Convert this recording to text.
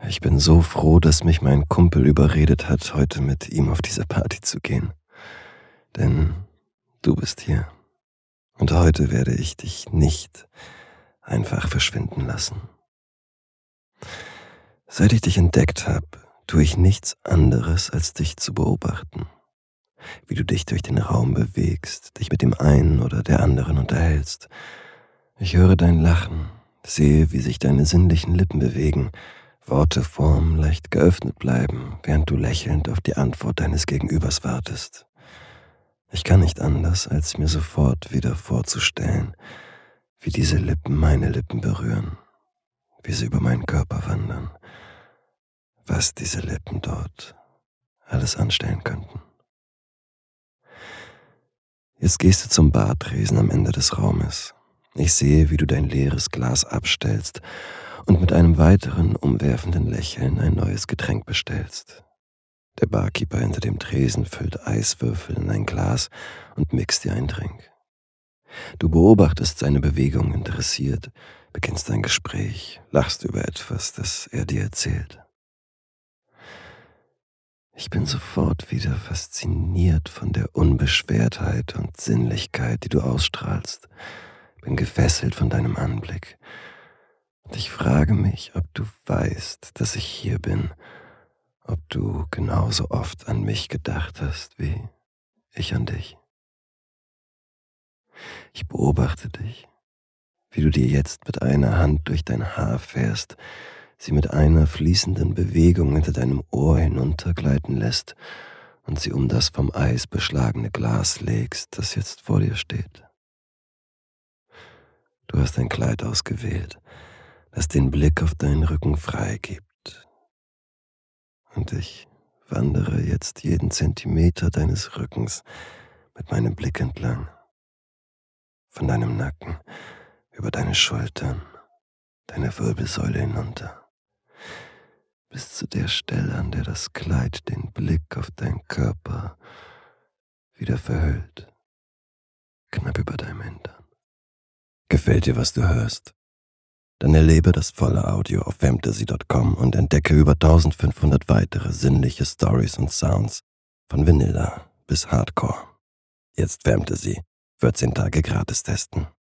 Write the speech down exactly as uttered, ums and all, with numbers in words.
Ich bin so froh, dass mich mein Kumpel überredet hat, heute mit ihm auf diese Party zu gehen. Denn du bist hier. Und heute werde ich dich nicht einfach verschwinden lassen. Seit ich dich entdeckt habe, tue ich nichts anderes, als dich zu beobachten. Wie du dich durch den Raum bewegst, dich mit dem einen oder der anderen unterhältst. Ich höre dein Lachen, sehe, wie sich deine sinnlichen Lippen bewegen, Worte formen, leicht geöffnet bleiben, während du lächelnd auf die Antwort deines Gegenübers wartest. Ich kann nicht anders, als mir sofort wieder vorzustellen, wie diese Lippen meine Lippen berühren, wie sie über meinen Körper wandern, was diese Lippen dort alles anstellen könnten. Jetzt gehst du zum Bartresen am Ende des Raumes. Ich sehe, wie du dein leeres Glas abstellst und mit einem weiteren umwerfenden Lächeln ein neues Getränk bestellst. Der Barkeeper hinter dem Tresen füllt Eiswürfel in ein Glas und mixt dir einen Drink. Du beobachtest seine Bewegungen interessiert, beginnst ein Gespräch, lachst über etwas, das er dir erzählt. Ich bin sofort wieder fasziniert von der Unbeschwertheit und Sinnlichkeit, die du ausstrahlst, bin gefesselt von deinem Anblick. Und ich frage mich, ob du weißt, dass ich hier bin, ob du genauso oft an mich gedacht hast, wie ich an dich. Ich beobachte dich, wie du dir jetzt mit einer Hand durch dein Haar fährst, sie mit einer fließenden Bewegung hinter deinem Ohr hinuntergleiten lässt und sie um das vom Eis beschlagene Glas legst, das jetzt vor dir steht. Du hast ein Kleid ausgewählt, das den Blick auf deinen Rücken freigibt. Und ich wandere jetzt jeden Zentimeter deines Rückens mit meinem Blick entlang. Von deinem Nacken, über deine Schultern, deine Wirbelsäule hinunter. Bis zu der Stelle, an der das Kleid den Blick auf deinen Körper wieder verhüllt. Knapp über deinem Hintern. Gefällt dir, was du hörst? Dann erlebe das volle Audio auf fantasy Punkt com und entdecke über eintausendfünfhundert weitere sinnliche Stories und Sounds von Vanilla bis Hardcore. Jetzt Fantasy, vierzehn Tage gratis testen.